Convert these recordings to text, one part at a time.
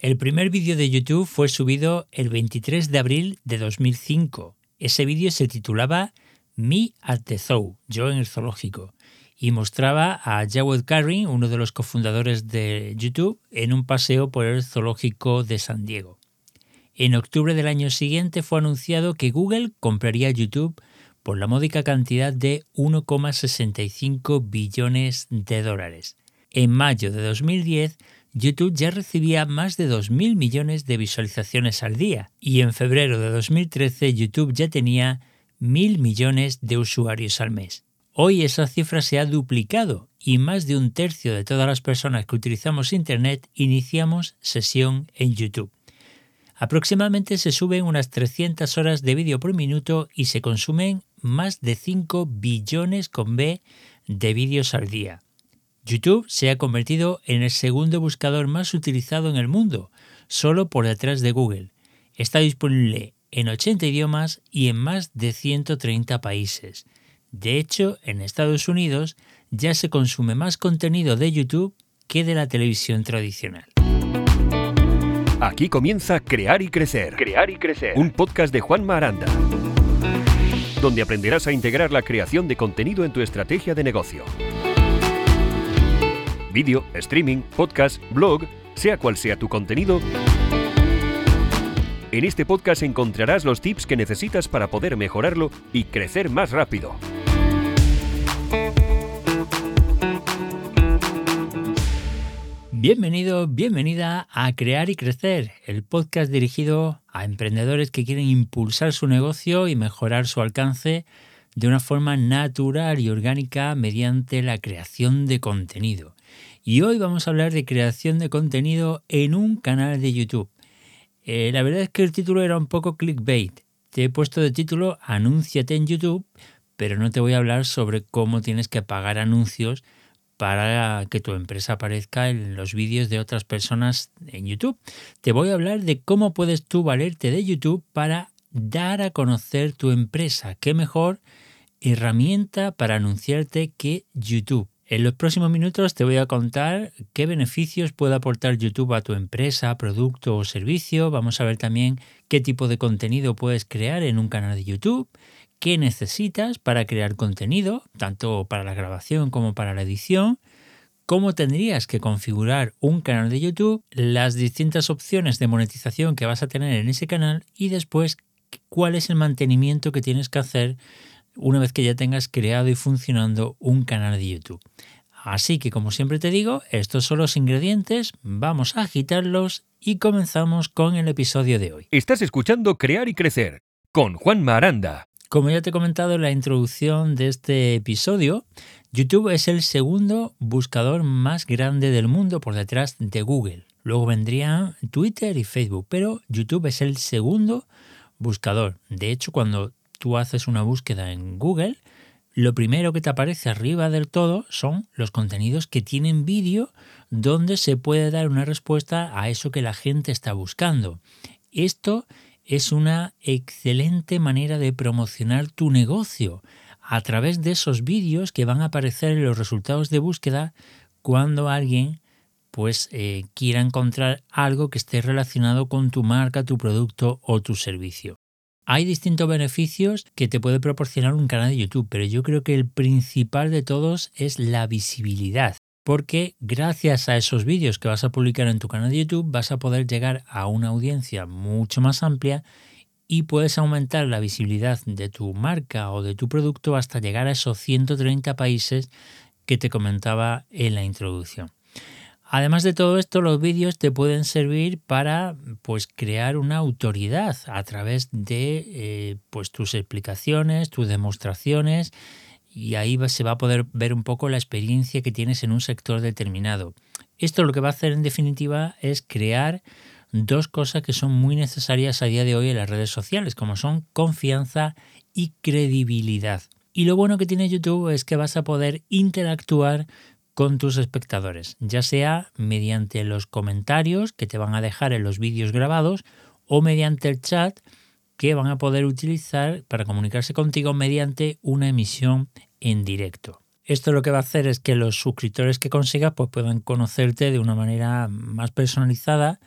El primer vídeo de YouTube fue subido el 23 de abril de 2005. Ese vídeo se titulaba Me at the Zoo, yo en el zoológico, y mostraba a Jawed Karim, uno de los cofundadores de YouTube, en un paseo por el zoológico de San Diego. En octubre del año siguiente fue anunciado que Google compraría YouTube por la módica cantidad de 1,65 billones de dólares. En mayo de 2010, YouTube ya recibía más de 2.000 millones de visualizaciones al día y en febrero de 2013 YouTube ya tenía 1.000 millones de usuarios al mes. Hoy esa cifra se ha duplicado y más de un tercio de todas las personas que utilizamos Internet iniciamos sesión en YouTube. Aproximadamente se suben unas 300 horas de vídeo por minuto y se consumen más de 5 billones con B de vídeos al día. YouTube se ha convertido en el segundo buscador más utilizado en el mundo, solo por detrás de Google. Está disponible en 80 idiomas y en más de 130 países. De hecho, en Estados Unidos ya se consume más contenido de YouTube que de la televisión tradicional. Aquí comienza Crear y Crecer. Crear y Crecer. Un podcast de Juanma Aranda, donde aprenderás a integrar la creación de contenido en tu estrategia de negocio. Vídeo, streaming, podcast, blog, sea cual sea tu contenido, en este podcast encontrarás los tips que necesitas para poder mejorarlo y crecer más rápido. Bienvenido, bienvenida a Crear y Crecer, el podcast dirigido a emprendedores que quieren impulsar su negocio y mejorar su alcance de una forma natural y orgánica mediante la creación de contenido. Y hoy vamos a hablar de creación de contenido en un canal de YouTube. La verdad es que el título era un poco clickbait. Te he puesto de título Anúnciate en YouTube, pero no te voy a hablar sobre cómo tienes que pagar anuncios para que tu empresa aparezca en los vídeos de otras personas en YouTube. Te voy a hablar de cómo puedes tú valerte de YouTube para dar a conocer tu empresa. ¿Qué mejor herramienta para anunciarte que YouTube? En los próximos minutos te voy a contar qué beneficios puede aportar YouTube a tu empresa, producto o servicio. Vamos a ver también qué tipo de contenido puedes crear en un canal de YouTube, qué necesitas para crear contenido, tanto para la grabación como para la edición, cómo tendrías que configurar un canal de YouTube, las distintas opciones de monetización que vas a tener en ese canal y después cuál es el mantenimiento que tienes que hacer una vez que ya tengas creado y funcionando un canal de YouTube. Así que, como siempre te digo, estos son los ingredientes, vamos a agitarlos y comenzamos con el episodio de hoy. Estás escuchando Crear y Crecer con Juanma Aranda. Como ya te he comentado en la introducción de este episodio, YouTube es el segundo buscador más grande del mundo por detrás de Google. Luego vendrían Twitter y Facebook, pero YouTube es el segundo buscador. De hecho, cuando tú haces una búsqueda en Google, lo primero que te aparece arriba del todo son los contenidos que tienen vídeo donde se puede dar una respuesta a eso que la gente está buscando. Esto es una excelente manera de promocionar tu negocio a través de esos vídeos que van a aparecer en los resultados de búsqueda cuando alguien quiera encontrar algo que esté relacionado con tu marca, tu producto o tu servicio. Hay distintos beneficios que te puede proporcionar un canal de YouTube, pero yo creo que el principal de todos es la visibilidad, porque gracias a esos vídeos que vas a publicar en tu canal de YouTube vas a poder llegar a una audiencia mucho más amplia y puedes aumentar la visibilidad de tu marca o de tu producto hasta llegar a esos 130 países que te comentaba en la introducción. Además de todo esto, los vídeos te pueden servir para crear una autoridad a través de tus explicaciones, tus demostraciones, y ahí se va a poder ver un poco la experiencia que tienes en un sector determinado. Esto lo que va a hacer en definitiva es crear dos cosas que son muy necesarias a día de hoy en las redes sociales, como son confianza y credibilidad. Y lo bueno que tiene YouTube es que vas a poder interactuar con tus espectadores, ya sea mediante los comentarios que te van a dejar en los vídeos grabados o mediante el chat que van a poder utilizar para comunicarse contigo mediante una emisión en directo. Esto lo que va a hacer es que los suscriptores que consigas puedan conocerte de una manera más personalizada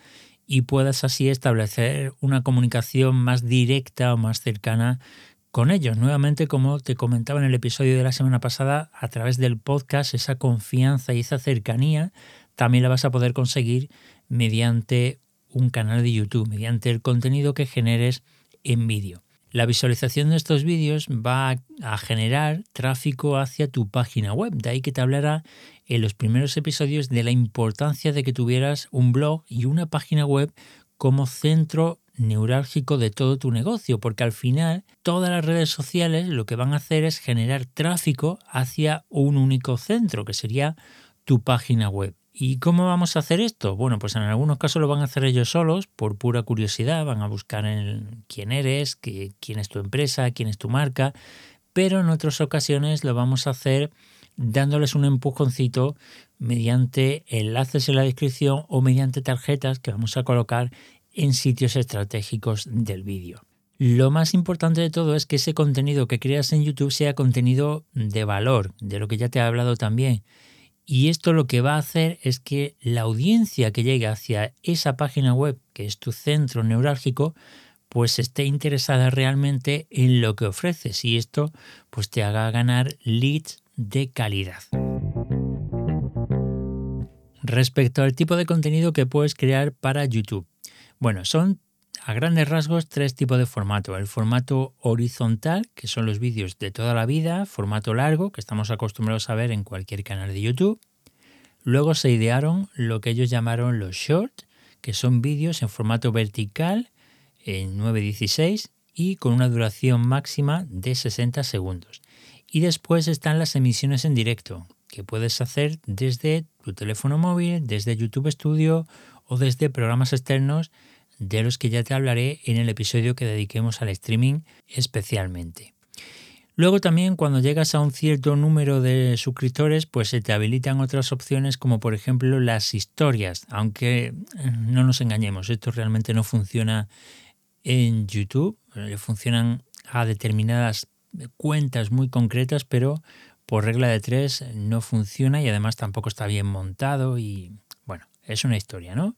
y puedas así establecer una comunicación más directa o más cercana con ellos. Nuevamente, como te comentaba en el episodio de la semana pasada, a través del podcast, esa confianza y esa cercanía también la vas a poder conseguir mediante un canal de YouTube, mediante el contenido que generes en vídeo. La visualización de estos vídeos va a generar tráfico hacia tu página web. De ahí que te hablara en los primeros episodios de la importancia de que tuvieras un blog y una página web como centro neurálgico de todo tu negocio, porque al final todas las redes sociales lo que van a hacer es generar tráfico hacia un único centro, que sería tu página web. ¿Y cómo vamos a hacer esto? Bueno, pues en algunos casos lo van a hacer ellos solos por pura curiosidad, van a buscar en quién eres, quién es tu empresa, quién es tu marca, pero en otras ocasiones lo vamos a hacer dándoles un empujoncito mediante enlaces en la descripción o mediante tarjetas que vamos a colocar en sitios estratégicos del vídeo. Lo más importante de todo es que ese contenido que creas en YouTube sea contenido de valor, de lo que ya te he hablado también. Y esto lo que va a hacer es que la audiencia que llegue hacia esa página web, que es tu centro neurálgico, pues esté interesada realmente en lo que ofreces y esto pues te haga ganar leads de calidad. Respecto al tipo de contenido que puedes crear para YouTube. Bueno, son a grandes rasgos 3 tipos de formato. El formato horizontal, que son los vídeos de toda la vida, formato largo, que estamos acostumbrados a ver en cualquier canal de YouTube. Luego se idearon lo que ellos llamaron los short, que son vídeos en formato vertical, en 9:16 y con una duración máxima de 60 segundos. Y después están las emisiones en directo, que puedes hacer desde tu teléfono móvil, desde YouTube Studio o desde programas externos de los que ya te hablaré en el episodio que dediquemos al streaming especialmente. Luego también cuando llegas a un cierto número de suscriptores, pues se te habilitan otras opciones como por ejemplo las historias, aunque no nos engañemos, esto realmente no funciona en YouTube, funcionan a determinadas cuentas muy concretas, pero por regla de 3 no funciona y además tampoco está bien montado y bueno, es una historia, ¿no?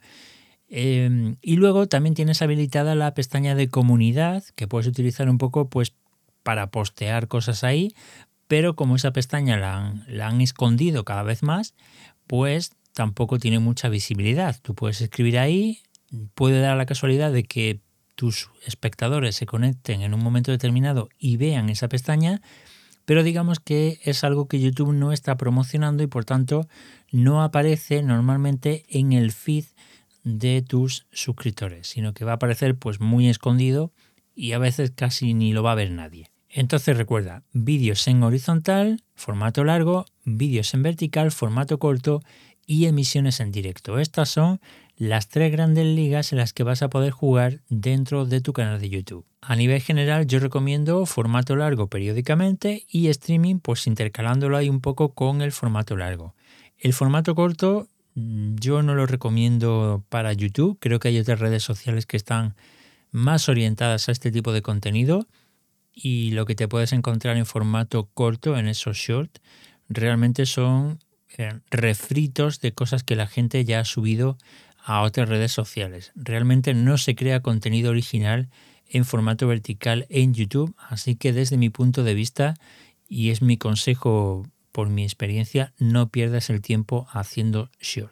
Y luego también tienes habilitada la pestaña de comunidad que puedes utilizar un poco pues para postear cosas ahí, pero como esa pestaña la han escondido cada vez más, pues tampoco tiene mucha visibilidad. Tú puedes escribir ahí, puede dar la casualidad de que tus espectadores se conecten en un momento determinado y vean esa pestaña, pero digamos que es algo que YouTube no está promocionando y por tanto no aparece normalmente en el feed de tus suscriptores, sino que va a aparecer pues muy escondido y a veces casi ni lo va a ver nadie. Entonces recuerda, vídeos en horizontal, formato largo, vídeos en vertical, formato corto y emisiones en directo. Estas son las 3 grandes ligas en las que vas a poder jugar dentro de tu canal de YouTube. A nivel general yo recomiendo formato largo periódicamente y streaming pues intercalándolo ahí un poco con el formato largo. El formato corto yo no lo recomiendo para YouTube, creo que hay otras redes sociales que están más orientadas a este tipo de contenido y lo que te puedes encontrar en formato corto en esos shorts realmente son refritos de cosas que la gente ya ha subido a otras redes sociales. Realmente no se crea contenido original en formato vertical en YouTube, así que desde mi punto de vista, y es mi consejo por mi experiencia, no pierdas el tiempo haciendo shorts.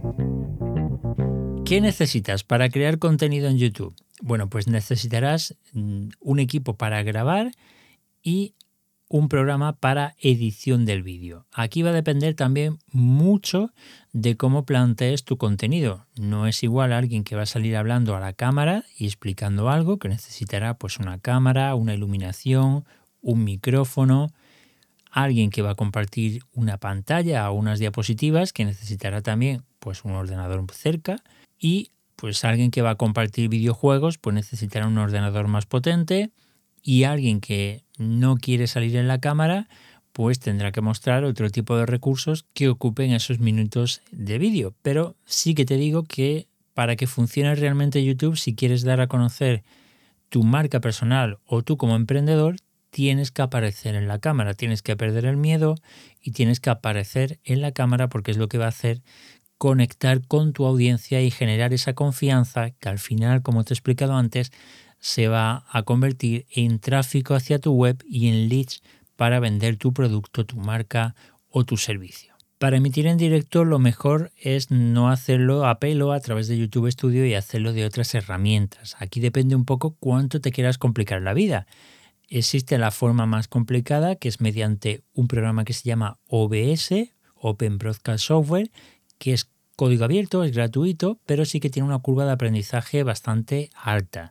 ¿Qué necesitas para crear contenido en YouTube? Bueno, pues necesitarás un equipo para grabar y un programa para edición del vídeo. Aquí va a depender también mucho de cómo plantees tu contenido. No es igual a alguien que va a salir hablando a la cámara y explicando algo, que necesitará pues una cámara, una iluminación, un micrófono, alguien que va a compartir una pantalla o unas diapositivas que necesitará también pues un ordenador cerca y pues alguien que va a compartir videojuegos pues necesitará un ordenador más potente y alguien que no quiere salir en la cámara pues tendrá que mostrar otro tipo de recursos que ocupen esos minutos de vídeo. Pero sí que te digo que para que funcione realmente YouTube, si quieres dar a conocer tu marca personal o tú como emprendedor, tienes que aparecer en la cámara, tienes que perder el miedo y tienes que aparecer en la cámara porque es lo que va a hacer conectar con tu audiencia y generar esa confianza que al final, como te he explicado antes, se va a convertir en tráfico hacia tu web y en leads para vender tu producto, tu marca o tu servicio. Para emitir en directo lo mejor es no hacerlo a pelo a través de YouTube Studio y hacerlo de otras herramientas. Aquí depende un poco cuánto te quieras complicar la vida. Existe la forma más complicada, que es mediante un programa que se llama OBS, Open Broadcast Software, que es código abierto, es gratuito, pero sí que tiene una curva de aprendizaje bastante alta.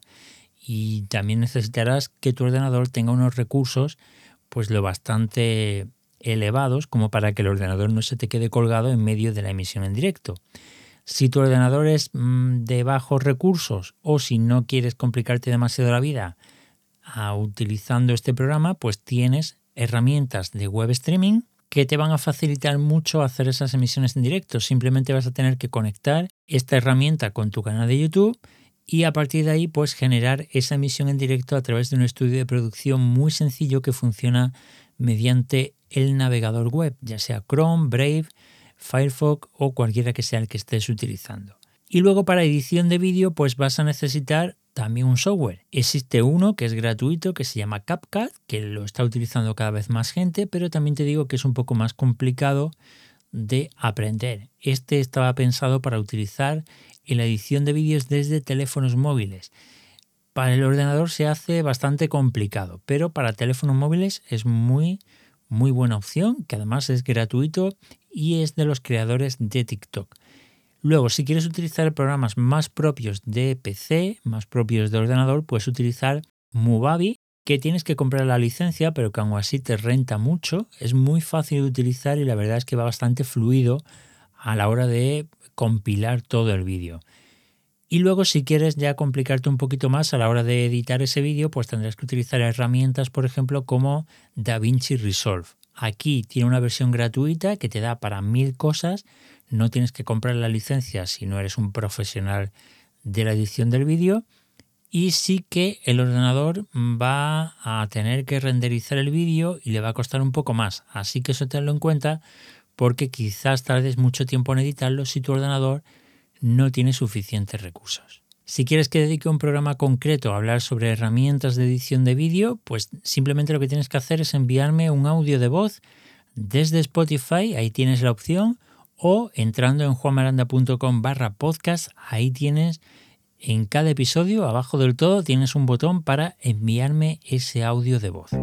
Y también necesitarás que tu ordenador tenga unos recursos pues lo bastante elevados como para que el ordenador no se te quede colgado en medio de la emisión en directo. Si tu ordenador es de bajos recursos o si no quieres complicarte demasiado la vida utilizando este programa, pues tienes herramientas de web streaming que te van a facilitar mucho hacer esas emisiones en directo. Simplemente vas a tener que conectar esta herramienta con tu canal de YouTube y a partir de ahí pues generar esa emisión en directo a través de un estudio de producción muy sencillo que funciona mediante el navegador web, ya sea Chrome, Brave, Firefox o cualquiera que sea el que estés utilizando. Y luego para edición de vídeo pues vas a necesitar también un software. Existe uno que es gratuito que se llama CapCut, que lo está utilizando cada vez más gente, pero también te digo que es un poco más complicado de aprender. Este estaba pensado para utilizar en la edición de vídeos desde teléfonos móviles. Para el ordenador se hace bastante complicado, pero para teléfonos móviles es muy buena opción, que además es gratuito y es de los creadores de TikTok. Luego, si quieres utilizar programas más propios de PC, más propios de ordenador, puedes utilizar Movavi, que tienes que comprar la licencia, pero que aún así te renta mucho. Es muy fácil de utilizar y la verdad es que va bastante fluido a la hora de compilar todo el vídeo. Y luego, si quieres ya complicarte un poquito más a la hora de editar ese vídeo, pues tendrás que utilizar herramientas, por ejemplo, como DaVinci Resolve. Aquí tiene una versión gratuita que te da para 1000 cosas. No tienes que comprar la licencia si no eres un profesional de la edición del vídeo. Y sí que el ordenador va a tener que renderizar el vídeo y le va a costar un poco más. Así que eso tenlo en cuenta porque quizás tardes mucho tiempo en editarlo si tu ordenador no tiene suficientes recursos. Si quieres que dedique un programa concreto a hablar sobre herramientas de edición de vídeo, pues simplemente lo que tienes que hacer es enviarme un audio de voz desde Spotify, ahí tienes la opción, o entrando en juanmaranda.com/podcast, ahí tienes en cada episodio, abajo del todo, tienes un botón para enviarme ese audio de voz.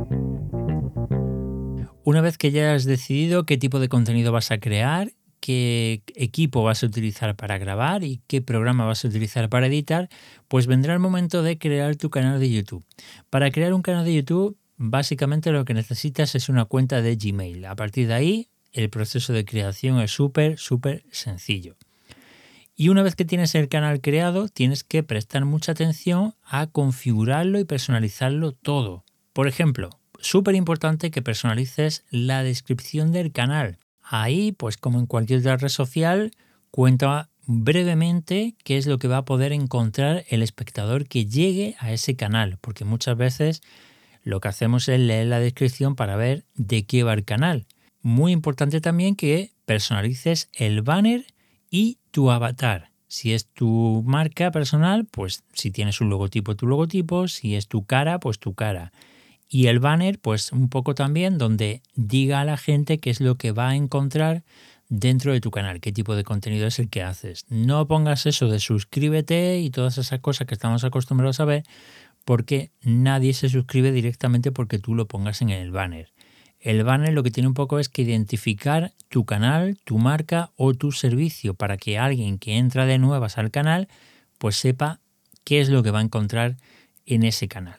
Una vez que ya has decidido qué tipo de contenido vas a crear, qué equipo vas a utilizar para grabar y qué programa vas a utilizar para editar, pues vendrá el momento de crear tu canal de YouTube. Para crear un canal de YouTube, básicamente lo que necesitas es una cuenta de Gmail. A partir de ahí, el proceso de creación es súper sencillo. Y una vez que tienes el canal creado, tienes que prestar mucha atención a configurarlo y personalizarlo todo. Por ejemplo, súper importante que personalices la descripción del canal. Ahí, pues como en cualquier otra red social, cuenta brevemente qué es lo que va a poder encontrar el espectador que llegue a ese canal, porque muchas veces lo que hacemos es leer la descripción para ver de qué va el canal. Muy importante también que personalices el banner y tu avatar. Si es tu marca personal, pues si tienes un logotipo, tu logotipo. Si es tu cara, pues tu cara. Y el banner, pues un poco también donde diga a la gente qué es lo que va a encontrar dentro de tu canal, qué tipo de contenido es el que haces. No pongas eso de suscríbete y todas esas cosas que estamos acostumbrados a ver, porque nadie se suscribe directamente porque tú lo pongas en el banner. El banner lo que tiene un poco es que identificar tu canal, tu marca o tu servicio para que alguien que entra de nuevas al canal pues sepa qué es lo que va a encontrar en ese canal.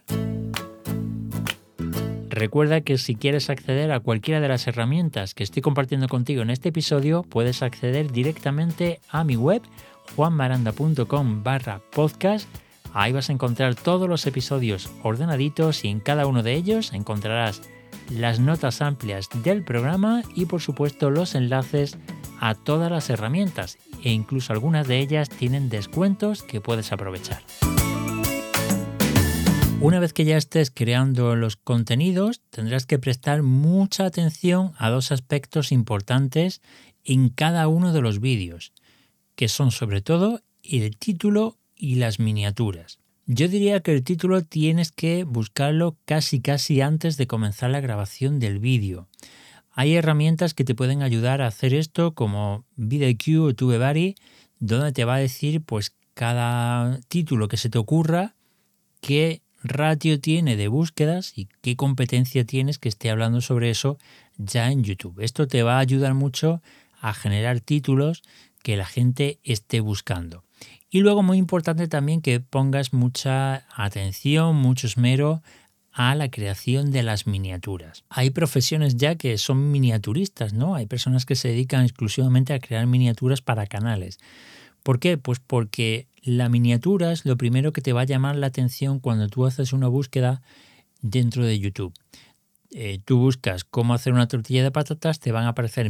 Recuerda que si quieres acceder a cualquiera de las herramientas que estoy compartiendo contigo en este episodio, puedes acceder directamente a mi web juanmaranda.com/podcast. Ahí vas a encontrar todos los episodios ordenaditos y en cada uno de ellos encontrarás las notas amplias del programa y por supuesto los enlaces a todas las herramientas e incluso algunas de ellas tienen descuentos que puedes aprovechar. Una vez que ya estés creando los contenidos, tendrás que prestar mucha atención a dos aspectos importantes en cada uno de los vídeos, que son sobre todo el título y las miniaturas. Yo diría que el título tienes que buscarlo casi antes de comenzar la grabación del vídeo. Hay herramientas que te pueden ayudar a hacer esto, como VidIQ o TubeBuddy, donde te va a decir pues cada título que se te ocurra, qué ratio tiene de búsquedas y qué competencia tienes que esté hablando sobre eso ya en YouTube. Esto te va a ayudar mucho a generar títulos que la gente esté buscando. Y luego, muy importante también, que pongas mucha atención, mucho esmero a la creación de las miniaturas. Hay profesiones ya que son miniaturistas, ¿no? Hay personas que se dedican exclusivamente a crear miniaturas para canales. ¿Por qué? Pues porque la miniatura es lo primero que te va a llamar la atención cuando tú haces una búsqueda dentro de YouTube. Tú buscas cómo hacer una tortilla de patatas, te van a aparecer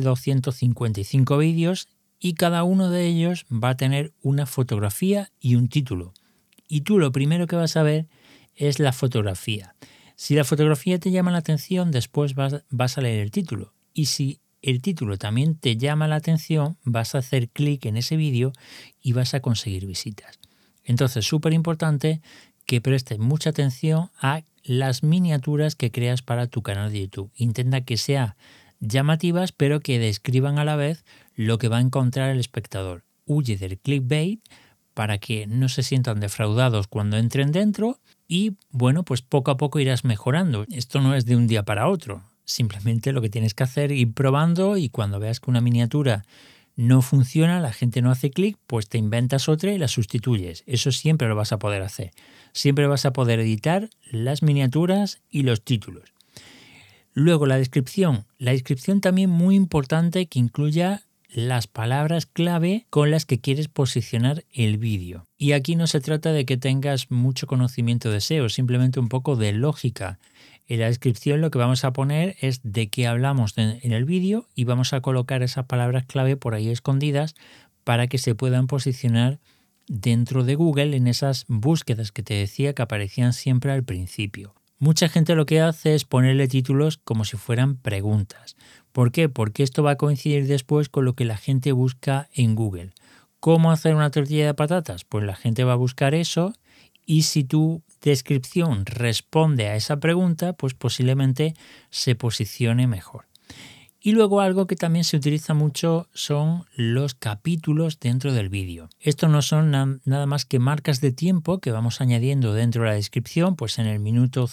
1255 vídeos y cada uno de ellos va a tener una fotografía y un título. Y tú lo primero que vas a ver es la fotografía. Si la fotografía te llama la atención, después vas a leer el título. Y si el título también te llama la atención, vas a hacer clic en ese vídeo y vas a conseguir visitas. Entonces, súper importante que prestes mucha atención a las miniaturas que creas para tu canal de YouTube. Intenta que sean llamativas, pero que describan a la vez lo que va a encontrar el espectador. Huye del clickbait para que no se sientan defraudados cuando entren dentro y, bueno, pues poco a poco irás mejorando. Esto no es de un día para otro. Simplemente lo que tienes que hacer es ir probando y cuando veas que una miniatura no funciona, la gente no hace clic, pues te inventas otra y la sustituyes. Eso siempre lo vas a poder hacer. Siempre vas a poder editar las miniaturas y los títulos. Luego la descripción. La descripción también muy importante, que incluya las palabras clave con las que quieres posicionar el vídeo. Y aquí no se trata de que tengas mucho conocimiento de SEO, simplemente un poco de lógica. En la descripción lo que vamos a poner es de qué hablamos en el vídeo y vamos a colocar esas palabras clave por ahí escondidas para que se puedan posicionar dentro de Google en esas búsquedas que te decía que aparecían siempre al principio. Mucha gente lo que hace es ponerle títulos como si fueran preguntas. ¿Por qué? Porque esto va a coincidir después con lo que la gente busca en Google. ¿Cómo hacer una tortilla de patatas? Pues la gente va a buscar eso y si tu descripción responde a esa pregunta, pues posiblemente se posicione mejor. Y luego algo que también se utiliza mucho son los capítulos dentro del vídeo. Estos no son nada más que marcas de tiempo que vamos añadiendo dentro de la descripción, pues en el minuto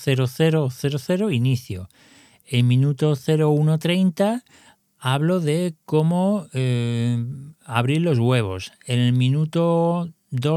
0000 inicio. En minuto 0130 hablo de cómo abrir los huevos. En el minuto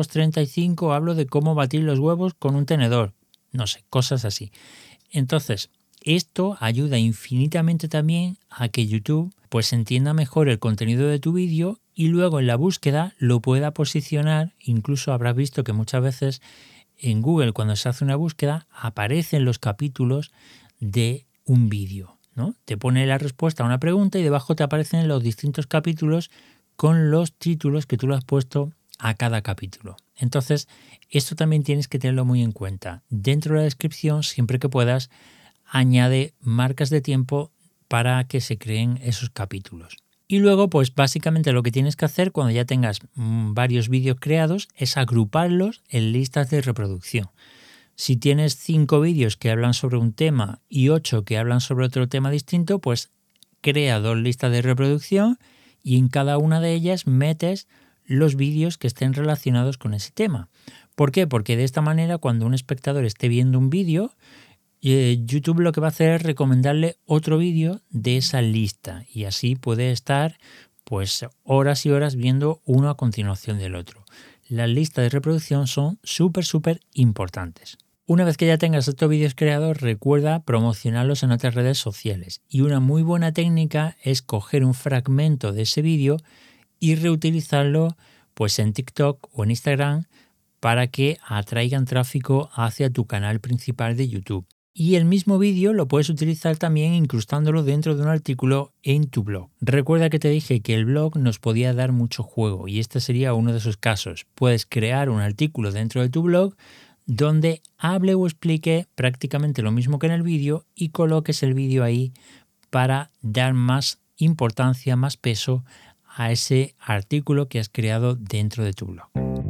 2:35 hablo de cómo batir los huevos con un tenedor. No sé, cosas así. Entonces, esto ayuda infinitamente también a que YouTube pues entienda mejor el contenido de tu vídeo y luego en la búsqueda lo pueda posicionar. Incluso habrás visto que muchas veces en Google, cuando se hace una búsqueda, aparecen los capítulos de un vídeo, ¿no? Te pone la respuesta a una pregunta y debajo te aparecen los distintos capítulos con los títulos que tú le has puesto a cada capítulo. Entonces, esto también tienes que tenerlo muy en cuenta. Dentro de la descripción, siempre que puedas, añade marcas de tiempo para que se creen esos capítulos. Y luego, pues básicamente lo que tienes que hacer cuando ya tengas varios vídeos creados es agruparlos en listas de reproducción. Si tienes 5 vídeos que hablan sobre un tema y 8 que hablan sobre otro tema distinto, pues crea 2 listas de reproducción y en cada una de ellas metes los vídeos que estén relacionados con ese tema. ¿Por qué? Porque de esta manera, cuando un espectador esté viendo un vídeo, YouTube lo que va a hacer es recomendarle otro vídeo de esa lista y así puede estar pues horas y horas viendo uno a continuación del otro. Las listas de reproducción son súper importantes. Una vez que ya tengas estos vídeos creados, recuerda promocionarlos en otras redes sociales. Y una muy buena técnica es coger un fragmento de ese vídeo y reutilizarlo pues en TikTok o en Instagram para que atraigan tráfico hacia tu canal principal de YouTube. Y el mismo vídeo lo puedes utilizar también incrustándolo dentro de un artículo en tu blog. Recuerda que te dije que el blog nos podía dar mucho juego y este sería uno de esos casos. Puedes crear un artículo dentro de tu blog donde hable o explique prácticamente lo mismo que en el vídeo y coloques el vídeo ahí para dar más importancia, más peso a ese artículo que has creado dentro de tu blog.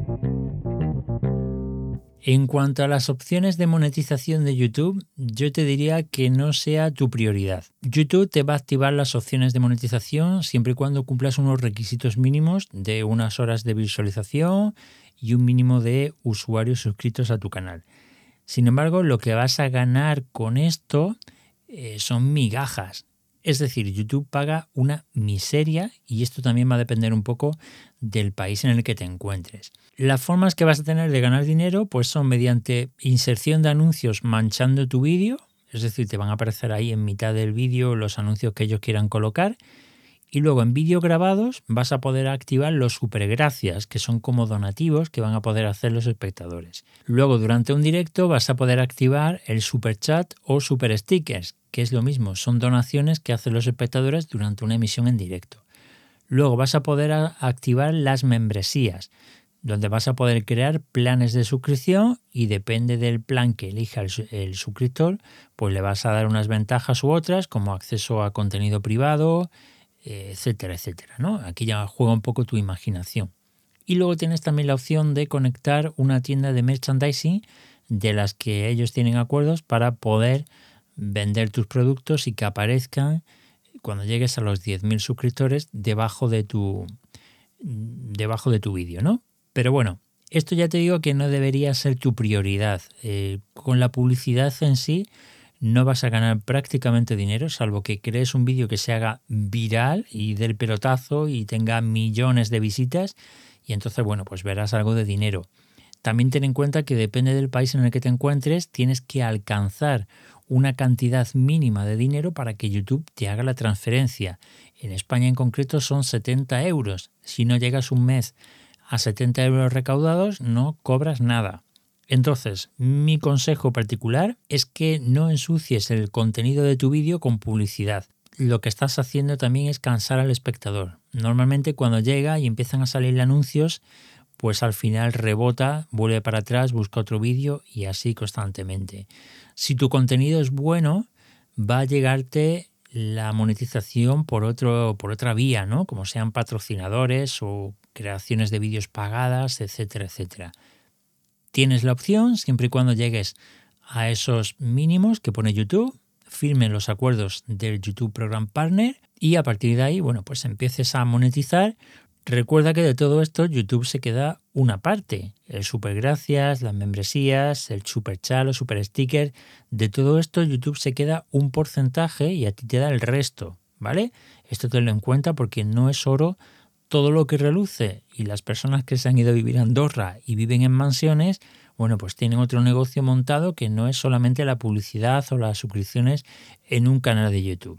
En cuanto a las opciones de monetización de YouTube, yo te diría que no sea tu prioridad. YouTube te va a activar las opciones de monetización siempre y cuando cumplas unos requisitos mínimos de unas horas de visualización y un mínimo de usuarios suscritos a tu canal. Sin embargo, lo que vas a ganar con esto son migajas. Es decir, YouTube paga una miseria y esto también va a depender un poco del país en el que te encuentres. Las formas que vas a tener de ganar dinero pues son mediante inserción de anuncios manchando tu vídeo, es decir, te van a aparecer ahí en mitad del vídeo los anuncios que ellos quieran colocar. Y luego en vídeos grabados vas a poder activar los supergracias, que son como donativos que van a poder hacer los espectadores. Luego durante un directo vas a poder activar el superchat o super stickers, que es lo mismo, son donaciones que hacen los espectadores durante una emisión en directo. Luego vas a poder activar las membresías, donde vas a poder crear planes de suscripción y depende del plan que elija el suscriptor, pues le vas a dar unas ventajas u otras, como acceso a contenido privado, etcétera, etcétera, ¿no? Aquí ya juega un poco tu imaginación. Y luego tienes también la opción de conectar una tienda de merchandising de las que ellos tienen acuerdos para poder vender tus productos y que aparezcan cuando llegues a los 10.000 suscriptores debajo de tu vídeo, ¿no? Pero bueno, esto ya te digo que no debería ser tu prioridad. Con la publicidad en sí no vas a ganar prácticamente dinero, salvo que crees un vídeo que se haga viral y dé el pelotazo y tenga millones de visitas y entonces, bueno, pues verás algo de dinero. También ten en cuenta que depende del país en el que te encuentres, tienes que alcanzar una cantidad mínima de dinero para que YouTube te haga la transferencia. En España en concreto son 70 euros. Si no llegas un mes a 70 euros recaudados, no cobras nada. Entonces, mi consejo particular es que no ensucies el contenido de tu vídeo con publicidad. Lo que estás haciendo también es cansar al espectador. Normalmente cuando llega y empiezan a salir anuncios, pues al final rebota, vuelve para atrás, busca otro vídeo y así constantemente. Si tu contenido es bueno, va a llegarte la monetización por otra vía, ¿no? Como sean patrocinadores o creaciones de vídeos pagadas, etcétera, etcétera. Tienes la opción, siempre y cuando llegues a esos mínimos que pone YouTube, firmen los acuerdos del YouTube Program Partner y a partir de ahí, bueno, pues empieces a monetizar. Recuerda que de todo esto YouTube se queda una parte, el supergracias, las membresías, el superchat o super sticker, de todo esto YouTube se queda un porcentaje y a ti te da el resto, ¿vale? Esto tenlo en cuenta porque no es oro todo lo que reluce y las personas que se han ido a vivir a Andorra y viven en mansiones, bueno, pues tienen otro negocio montado que no es solamente la publicidad o las suscripciones en un canal de YouTube.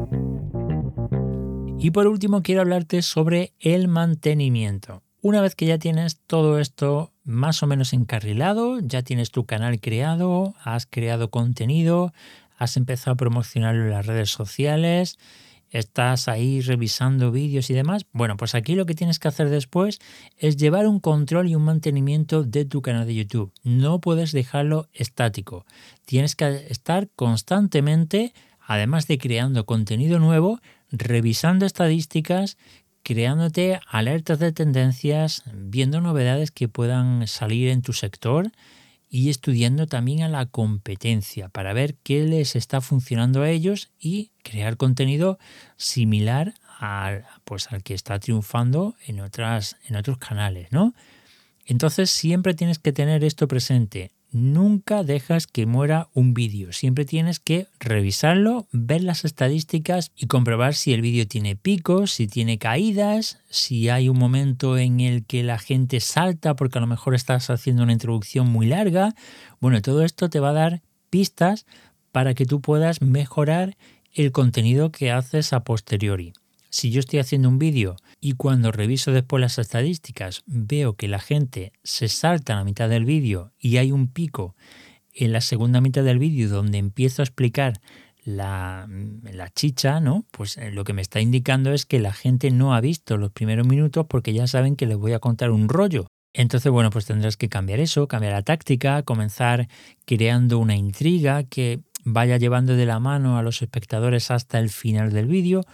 Y por último quiero hablarte sobre el mantenimiento. Una vez que ya tienes todo esto más o menos encarrilado, ya tienes tu canal creado, has creado contenido, has empezado a promocionarlo en las redes sociales, estás ahí revisando vídeos y demás, bueno, pues aquí lo que tienes que hacer después es llevar un control y un mantenimiento de tu canal de YouTube. No puedes dejarlo estático. Tienes que estar constantemente, además de creando contenido nuevo, revisando estadísticas, creándote alertas de tendencias, viendo novedades que puedan salir en tu sector y estudiando también a la competencia para ver qué les está funcionando a ellos y crear contenido similar al que está triunfando en otros canales, ¿no? Entonces siempre tienes que tener esto presente. Nunca dejas que muera un vídeo. Siempre tienes que revisarlo, ver las estadísticas y comprobar si el vídeo tiene picos, si tiene caídas, si hay un momento en el que la gente salta porque a lo mejor estás haciendo una introducción muy larga. Bueno, todo esto te va a dar pistas para que tú puedas mejorar el contenido que haces a posteriori. Si yo estoy haciendo un vídeo y cuando reviso después las estadísticas veo que la gente se salta a la mitad del vídeo y hay un pico en la segunda mitad del vídeo donde empiezo a explicar la chicha, ¿no? Pues lo que me está indicando es que la gente no ha visto los primeros minutos porque ya saben que les voy a contar un rollo. Entonces, bueno, pues tendrás que cambiar eso, cambiar la táctica, comenzar creando una intriga que vaya llevando de la mano a los espectadores hasta el final del vídeo.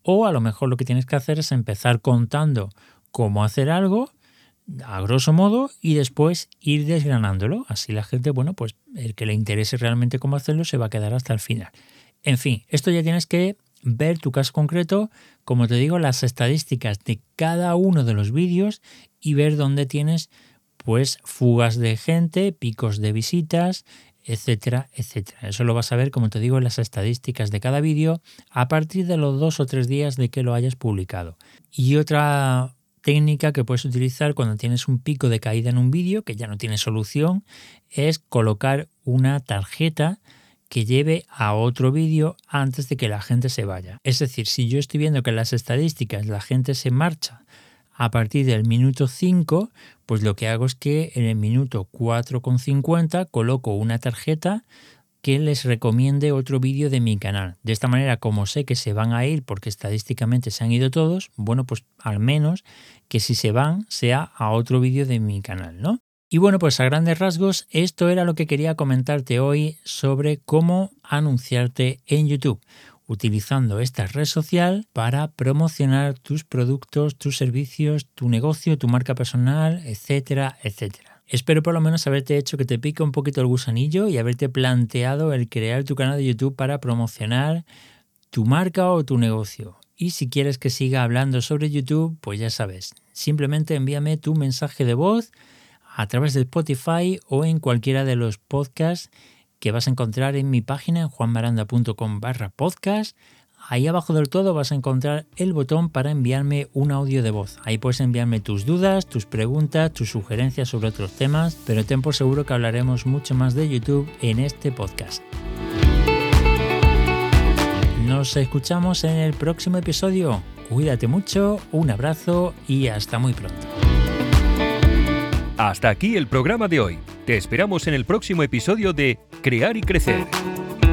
O a lo mejor lo que tienes que hacer es empezar contando cómo hacer algo, a grosso modo, y después ir desgranándolo. Así la gente, pues el que le interese realmente cómo hacerlo se va a quedar hasta el final. En fin, esto ya tienes que ver tu caso concreto, como te digo, las estadísticas de cada uno de los vídeos y ver dónde tienes pues fugas de gente, picos de visitas, etcétera, etcétera. Eso lo vas a ver, como te digo, en las estadísticas de cada vídeo a partir de los 2 o 3 días de que lo hayas publicado. Y otra técnica que puedes utilizar cuando tienes un pico de caída en un vídeo, que ya no tiene solución, es colocar una tarjeta que lleve a otro vídeo antes de que la gente se vaya. Es decir, si yo estoy viendo que en las estadísticas la gente se marcha a partir del minuto 5, pues lo que hago es que en el minuto 4,50 coloco una tarjeta que les recomiende otro vídeo de mi canal. De esta manera, como sé que se van a ir porque estadísticamente se han ido todos, pues al menos que si se van sea a otro vídeo de mi canal, ¿no? Y pues a grandes rasgos esto era lo que quería comentarte hoy sobre cómo anunciarte en YouTube, utilizando esta red social para promocionar tus productos, tus servicios, tu negocio, tu marca personal, etcétera, etcétera. Espero por lo menos haberte hecho que te pique un poquito el gusanillo y haberte planteado el crear tu canal de YouTube para promocionar tu marca o tu negocio. Y si quieres que siga hablando sobre YouTube, pues ya sabes, simplemente envíame tu mensaje de voz a través de Spotify o en cualquiera de los podcasts que vas a encontrar en mi página en juanmaranda.com/podcast. Ahí abajo del todo vas a encontrar el botón para enviarme un audio de voz. Ahí puedes enviarme tus dudas, tus preguntas, tus sugerencias sobre otros temas, pero ten por seguro que hablaremos mucho más de YouTube en este podcast. Nos escuchamos en el próximo episodio. Cuídate mucho, un abrazo y hasta muy pronto. Hasta aquí el programa de hoy. Te esperamos en el próximo episodio de Crear y Crecer.